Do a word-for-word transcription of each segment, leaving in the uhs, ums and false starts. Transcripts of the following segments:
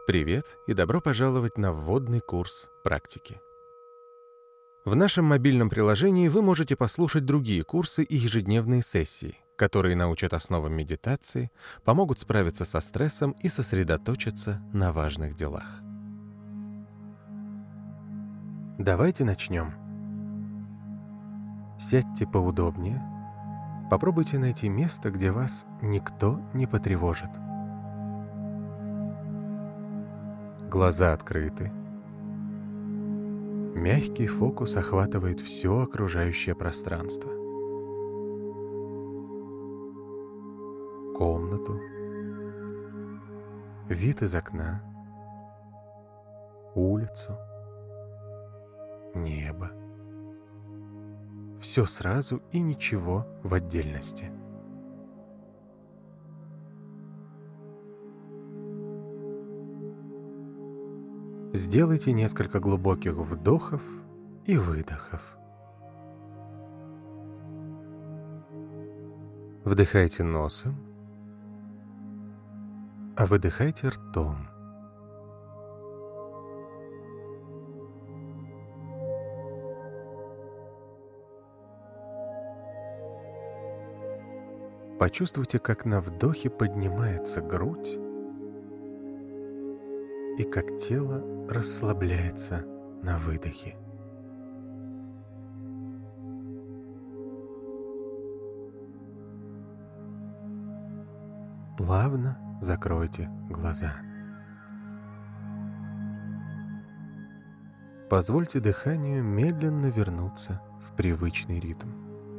Привет и добро пожаловать на вводный курс практики. В нашем мобильном приложении вы можете послушать другие курсы и ежедневные сессии, которые научат основам медитации, помогут справиться со стрессом и сосредоточиться на важных делах. Давайте начнем. Сядьте поудобнее. Попробуйте найти место, где вас никто не потревожит. Глаза открыты. Мягкий фокус охватывает все окружающее пространство. Комнату, вид из окна, улицу, небо. Все сразу и ничего в отдельности. Сделайте несколько глубоких вдохов и выдохов. Вдыхайте носом, а выдыхайте ртом. Почувствуйте, как на вдохе поднимается грудь и как тело расслабляется на выдохе. Плавно закройте глаза. Позвольте дыханию медленно вернуться в привычный ритм.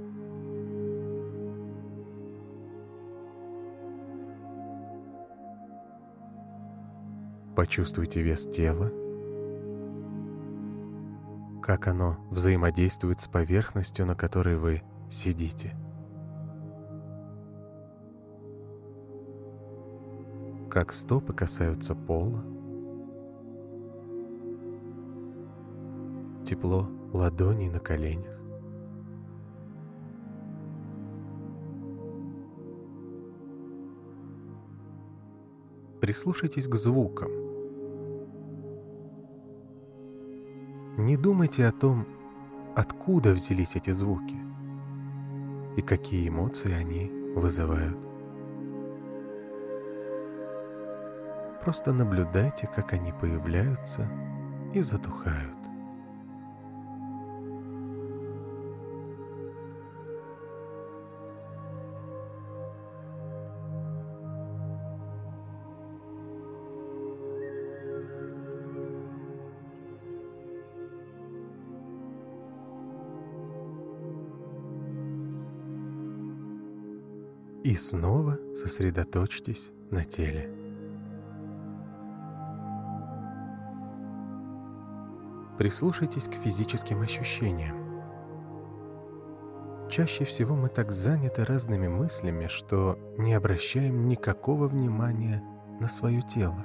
Почувствуйте вес тела, как оно взаимодействует с поверхностью, на которой вы сидите. Как стопы касаются пола, тепло ладоней на коленях. Прислушайтесь к звукам. Не думайте о том, откуда взялись эти звуки и какие эмоции они вызывают. Просто наблюдайте, как они появляются и затухают. И снова сосредоточьтесь на теле. Прислушайтесь к физическим ощущениям. Чаще всего мы так заняты разными мыслями, что не обращаем никакого внимания на свое тело.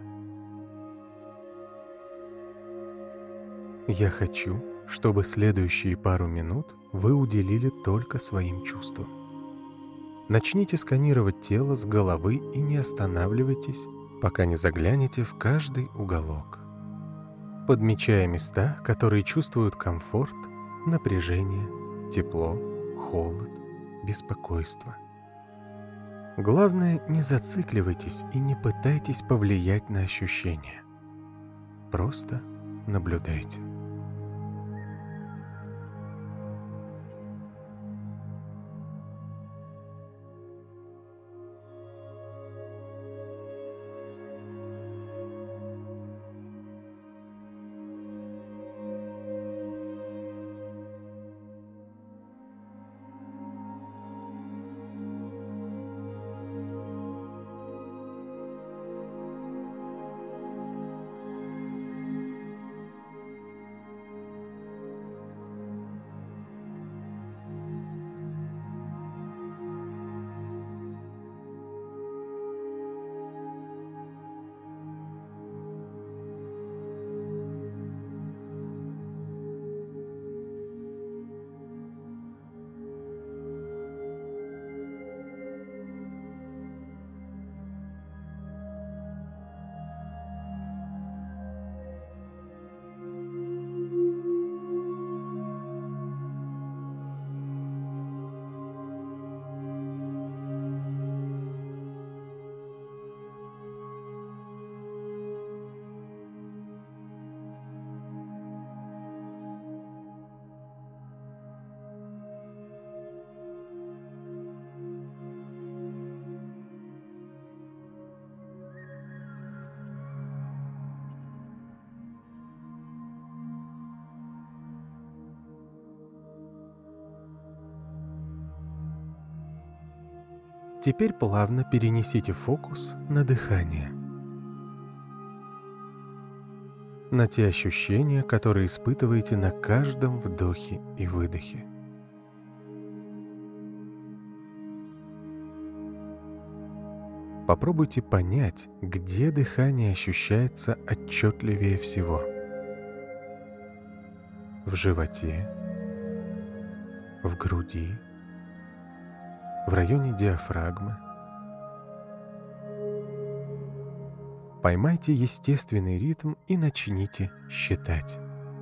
Я хочу, чтобы следующие пару минут вы уделили только своим чувствам. Начните сканировать тело с головы и не останавливайтесь, пока не заглянете в каждый уголок, подмечая места, которые чувствуют комфорт, напряжение, тепло, холод, беспокойство. Главное, не зацикливайтесь и не пытайтесь повлиять на ощущения. Просто наблюдайте. Теперь плавно перенесите фокус на дыхание, на те ощущения, которые испытываете на каждом вдохе и выдохе. Попробуйте понять, где дыхание ощущается отчетливее всего. В животе, в груди, в районе диафрагмы. Поймайте естественный ритм и начните считать.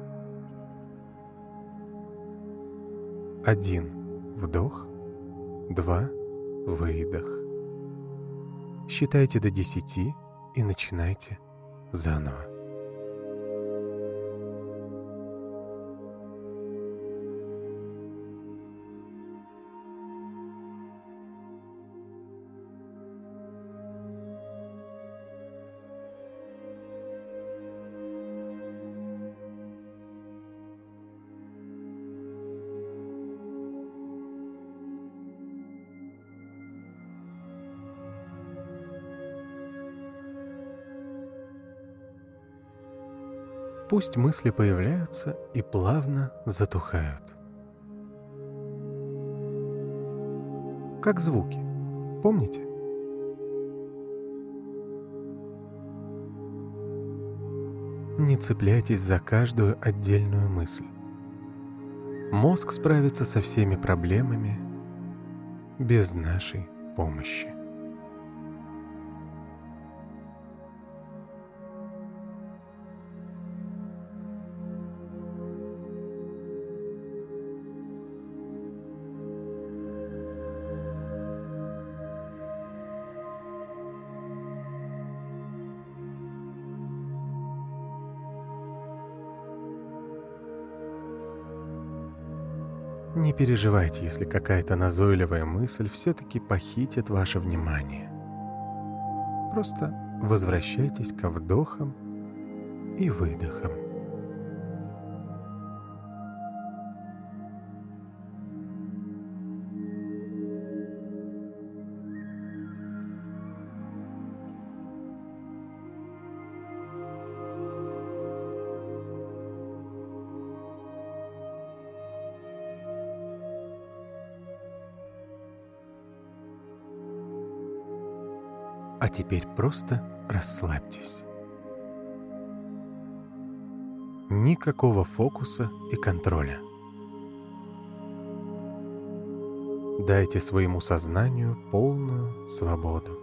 Один вдох, два выдох. Считайте до десяти и начинайте заново. Пусть мысли появляются и плавно затухают. Как звуки. Помните? Не цепляйтесь за каждую отдельную мысль. Мозг справится со всеми проблемами без нашей помощи. Не переживайте, если какая-то назойливая мысль все-таки похитит ваше внимание. Просто возвращайтесь ко вдохам и выдохам. А теперь просто расслабьтесь. Никакого фокуса и контроля. Дайте своему сознанию полную свободу.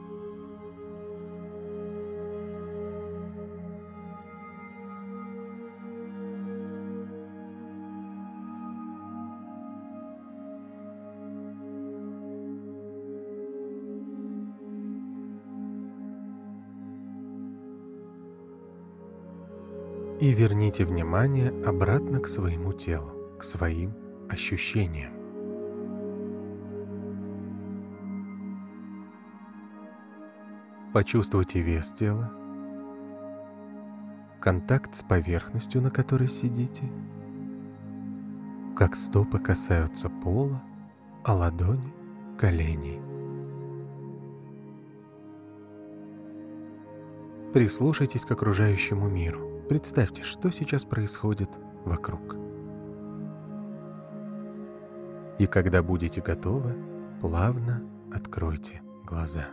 И верните внимание обратно к своему телу, к своим ощущениям. Почувствуйте вес тела, контакт с поверхностью, на которой сидите, как стопы касаются пола, а ладони — коленей. Прислушайтесь к окружающему миру. Представьте, что сейчас происходит вокруг. И когда будете готовы, плавно откройте глаза.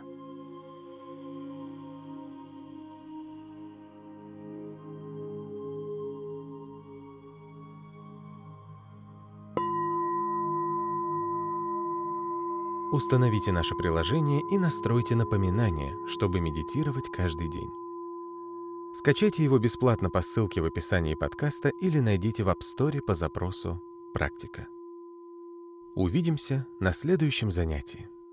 Установите наше приложение и настройте напоминания, чтобы медитировать каждый день. Скачайте его бесплатно по ссылке в описании подкаста или найдите в App Store по запросу «Практика». Увидимся на следующем занятии.